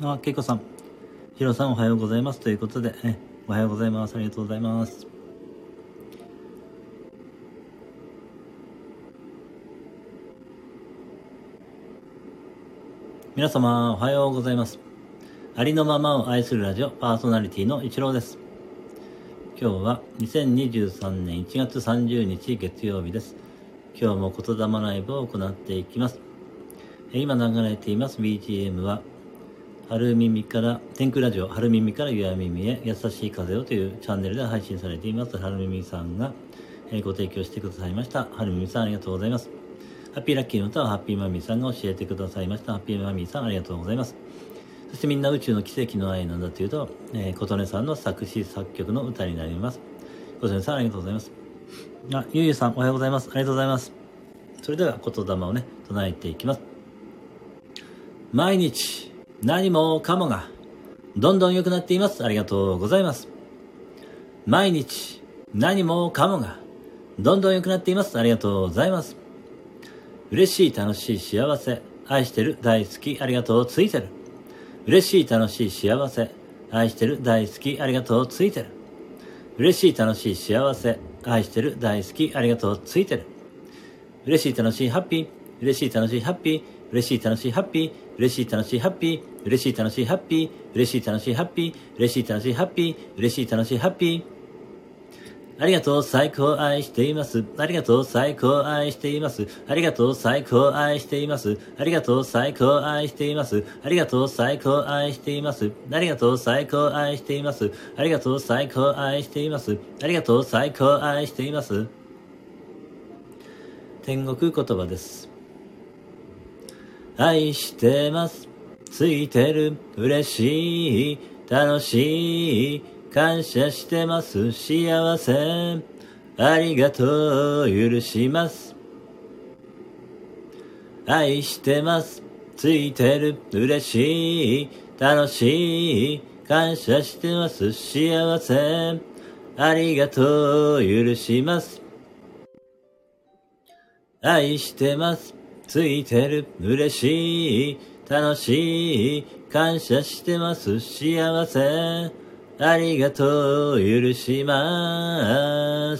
けいこさん、ひろさんおはようございますということで、おはようございます。ありがとうございます。皆様おはようございます。ありのままを愛するラジオパーソナリティの一郎です。今日は2023年1月30日月曜日です。今日も言霊ライブを行っていきます。今流れています BGM は春耳から天空ラジオ春耳から夕耳へ優しい風をというチャンネルで配信されています春耳さんがご提供してくださいました。春耳さんありがとうございます。ハッピーラッキーの歌はハッピーマミーさんが教えてくださいました。ハッピーマミーさんありがとうございます。そしてみんな宇宙の奇跡の愛なんだというと、琴音さんの作詞作曲の歌になります。琴音さんありがとうございます。ゆうゆうさんおはようございます。ありがとうございます。それでは言霊を唱えていきます。毎日何もかもがどんどん良くなっています。ありがとうございます。毎日何もかもがどんどん良くなっています。ありがとうございます。嬉しい楽しい幸せ愛してる大好きありがとうついてる。嬉しい楽しい幸せ愛してる大好きありがとうついてる。嬉しい楽しい幸せ愛してる大好きありがとうついてる。嬉しい楽しいハッピー嬉しい楽しいハッピー嬉しい楽しいハッピー嬉しい楽しいハッピー嬉しい楽しいハッピー嬉しい楽しいハッピー嬉しい楽しいハッピー嬉しい楽しいハッピー。ありがとう最高愛しています。ありがとう最高愛しています。ありがとう最高愛しています。ありがとう最高愛しています。ありがとう最高愛しています。ありがとう最高愛しています。ありがとう最高愛しています。ありがとう最高愛しています。天国言葉です。愛してます。ついてる。嬉しい。楽しい。感謝してます。幸せ。ありがとう。許します。愛してます。ついてる。嬉しい。楽しい。感謝してます。幸せ。ありがとう。許します。愛してます。ついてる。嬉しい。楽しい。感謝してます。幸せ。ありがとう。許します。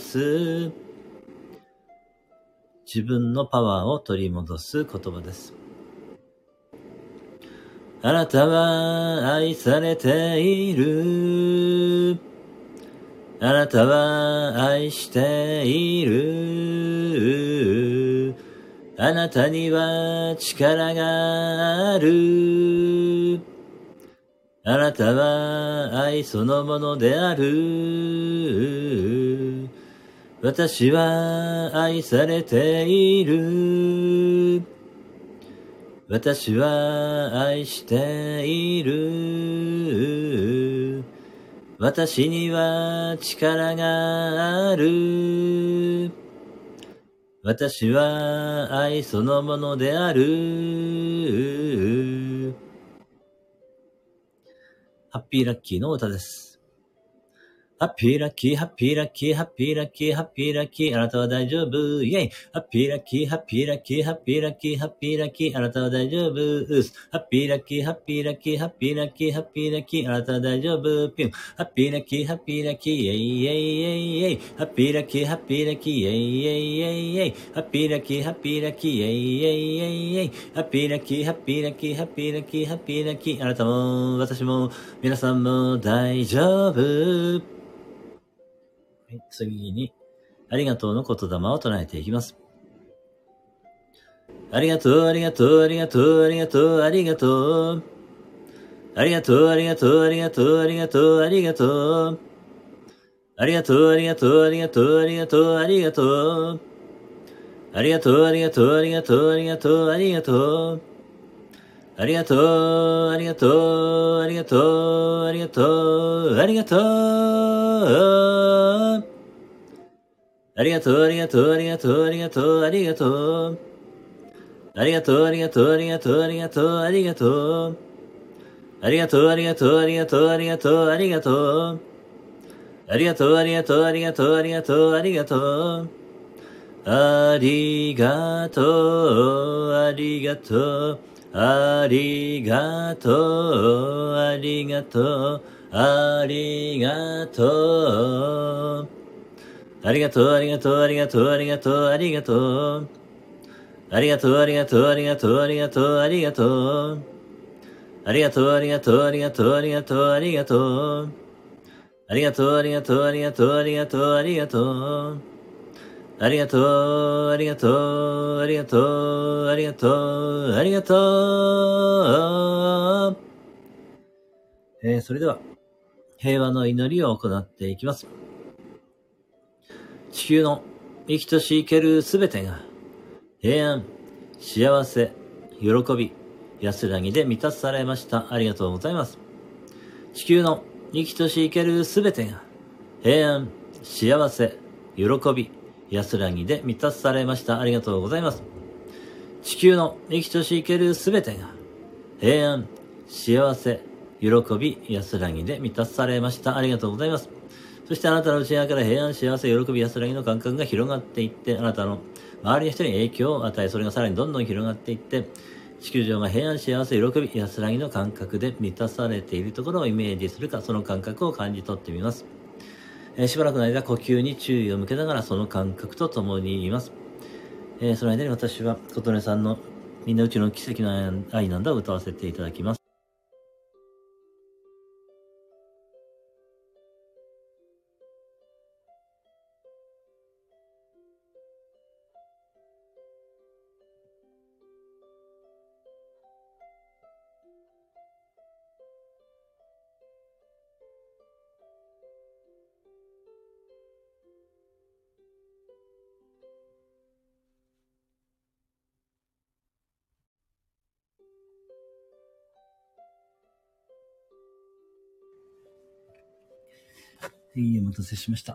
自分のパワーを取り戻す言葉です。あなたは愛されている。あなたは愛している。あなたには力がある。あなたは愛そのものである。私は愛されている。私は愛している。私には力がある。私は愛そのものである。ハッピーラッキーの歌です。ハッピーラッキー、ハッピーラッキー、ハッピーラッキー、ハッピーラッキー、あなたは大丈夫、イェイ。ハッピーラッキー、ハッピーラッキー、ハッピーラッキー、ハッピーラッキー、あなたは大丈夫、ハッピーラッキー、ハッピーラッキー、ハッピーラッキー、ハッピーラッキー、あなたは大丈夫、ピュン。ハッピーラッキー、ハッピーラッキー、イェイイェイイェイイェイ。ハッピーラッキー、ハッピーラッキー、イェイイェイイェイイェイ。ハッピーラッキー、ハッピーラッキー、イェイイェイイェイイェイ。ハッピーラッキー、ハッピーラッキー、ハッピーラッキー、ハッピーラッキー、あなたも、私も、皆さんも大丈夫。次に、ありがとうの言霊を唱えていきます。ありがとう、ありがとう、ありがとう、ありがとう、ありがとう。ありがとう、ありがとう、ありがとう、ありがとう、ありがとう。ありがとう、ありがとう、ありがとう、ありがとう、ありがとう。ありがとう、ありがとう、ありがとう、ありがとう、ありがとう。ありがとう、ありがとう、ありがとう、ありがとう、ありがとう。ありがとう、ありがとう、ありがとう、ありがとう、ありがとう。ありがとう、ありがとう、ありがとう、ありがとう、ありがとう。ありがとう、ありがとう、ありがとう、ありがとう、ありがとう。ありがとう、ありがとう、ありがとう、ありがとう、ありがとう。ありがとう、ありがとう、 ありがとう、ありがとう、ありがとう。ありがとう、ありがとう、ありがとう、ありがとう、ありがとう。ありがとう、ありがとう、ありがとう、ありがとう、ありがとう。ありがとう、ありがとう、ありがとう、ありがとう、ありがとう。ありがとう、ありがとう、ありがとう、ありがとう、ありがとう。ありがとう、ありがとう、ありがとう、ありがとう、ありがとう。それでは、平和の祈りを行っていきます。地球の生きとし生けるすべてが、平安、幸せ、喜び、安らぎで満たされました。ありがとうございます。地球の生きとし生けるすべてが、平安、幸せ、喜び、安らぎで満たされました。ありがとうございます。地球の生きとし生けるすべてが、平安、幸せ、喜び、安らぎで満たされました。ありがとうございます。そしてあなたの内側から平安、幸せ、喜び、安らぎの感覚が広がっていって、あなたの周りの人に影響を与え、それがさらにどんどん広がっていって、地球上が平安、幸せ、喜び、安らぎの感覚で満たされているところをイメージするか、その感覚を感じ取ってみます。しばらくの間、呼吸に注意を向けながら、その感覚と共にいます。その間に私は、琴音さんのみんなうちの奇跡の愛なんだを歌わせていただきます。お待たせしました。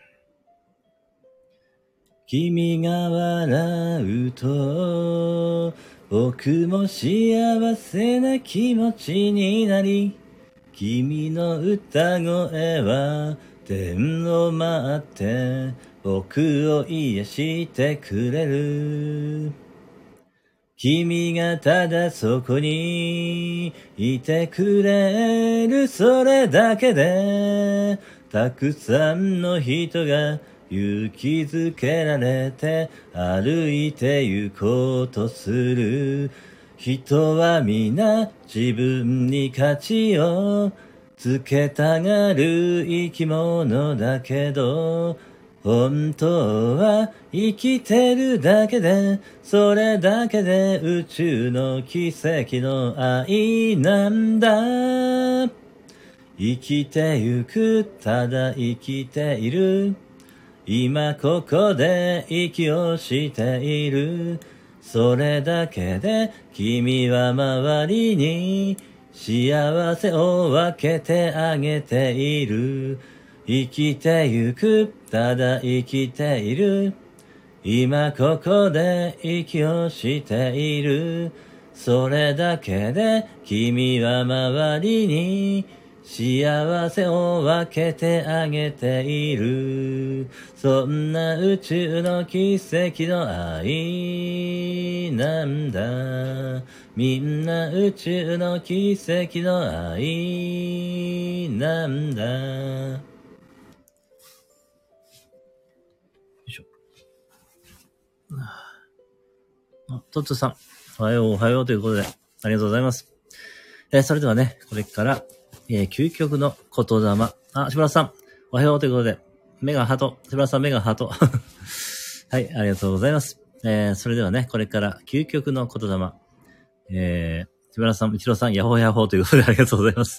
君が笑うと僕も幸せな気持ちになり、君の歌声は天を舞って僕を癒してくれる。君がただそこにいてくれる、それだけでたくさんの人が勇気づけられて歩いて行こうとする。人は皆自分に価値をつけたがる生き物だけど、本当は生きてるだけで、それだけで宇宙の奇跡の愛なんだ。生きてゆく、ただ生きている。今ここで息をしている。それだけで君は周りに幸せを分けてあげている。生きてゆく、ただ生きている。今ここで息をしている。それだけで君は周りに幸せを分けてあげている。そんな宇宙の奇跡の愛なんだ。みんな宇宙の奇跡の愛なんだ。よいしょ。トッツさん、おはようおはようということで、ありがとうございます。それではね、これから、究極の言霊。しばらさん、おはようということで、目がハート。しばらさん、目がハート。はい、ありがとうございます。それではね、これから究極の言霊。しばらさん、一郎さん、ヤホーヤホーということでありがとうございます。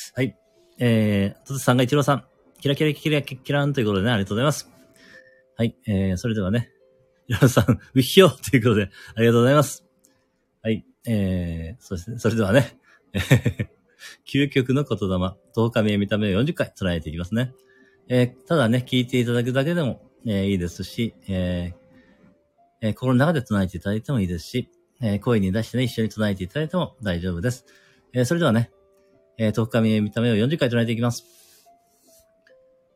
はい。トツさんが一郎さん、キラキラキラキランということでね、ありがとうございます。はい。それではね、一郎さん、ウヒョーということで、ありがとうございます。はい。そうですね。それではね、究極の言霊、10日目見た目を40回唱えていきますね。ただね、聞いていただくだけでも、いいですし、心の中で唱えていただいてもいいですし、声に出してね、一緒に唱えていただいても大丈夫です。それではね、10日目見た目を40回唱えていきます。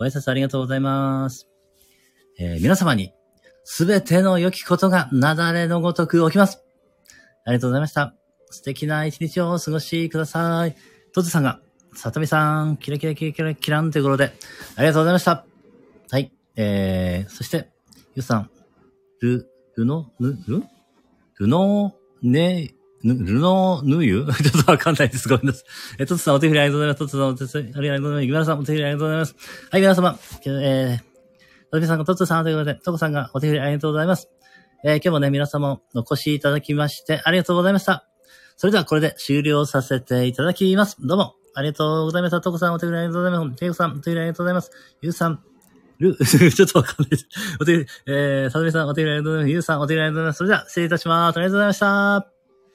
ご挨拶ありがとうございます。皆様に、すべての良きことが雪崩のごとく起きます。ありがとうございました。素敵な一日をお過ごしください。トツさんが、さとみさん、キラキラキラキラキランということで、ありがとうございました。はい。そして、ゆうさん、ルノヌユちょっとわかんないです。ごめんなさい。トツさんお手振りありがとうございます。トツさんお手振りありがとうございます。ギマラさんお手振りありがとうございます。はい、皆様、トツさんがトツさんということで、トコさんがお手振りありがとうございます。今日もね、皆様お越しいただきましてありがとうございました。それではこれで終了させていただきます。どうもありがとうございました。トコさんお手振りありがとうございます。テイコさんお手振りありがとうございます。ユウさん、ちょっとわかんないです。お手振り、サトミさんお手振りありがとうございます。ユウさんお手振りありがとうございます。それでは失礼いたします。ありがとうございました。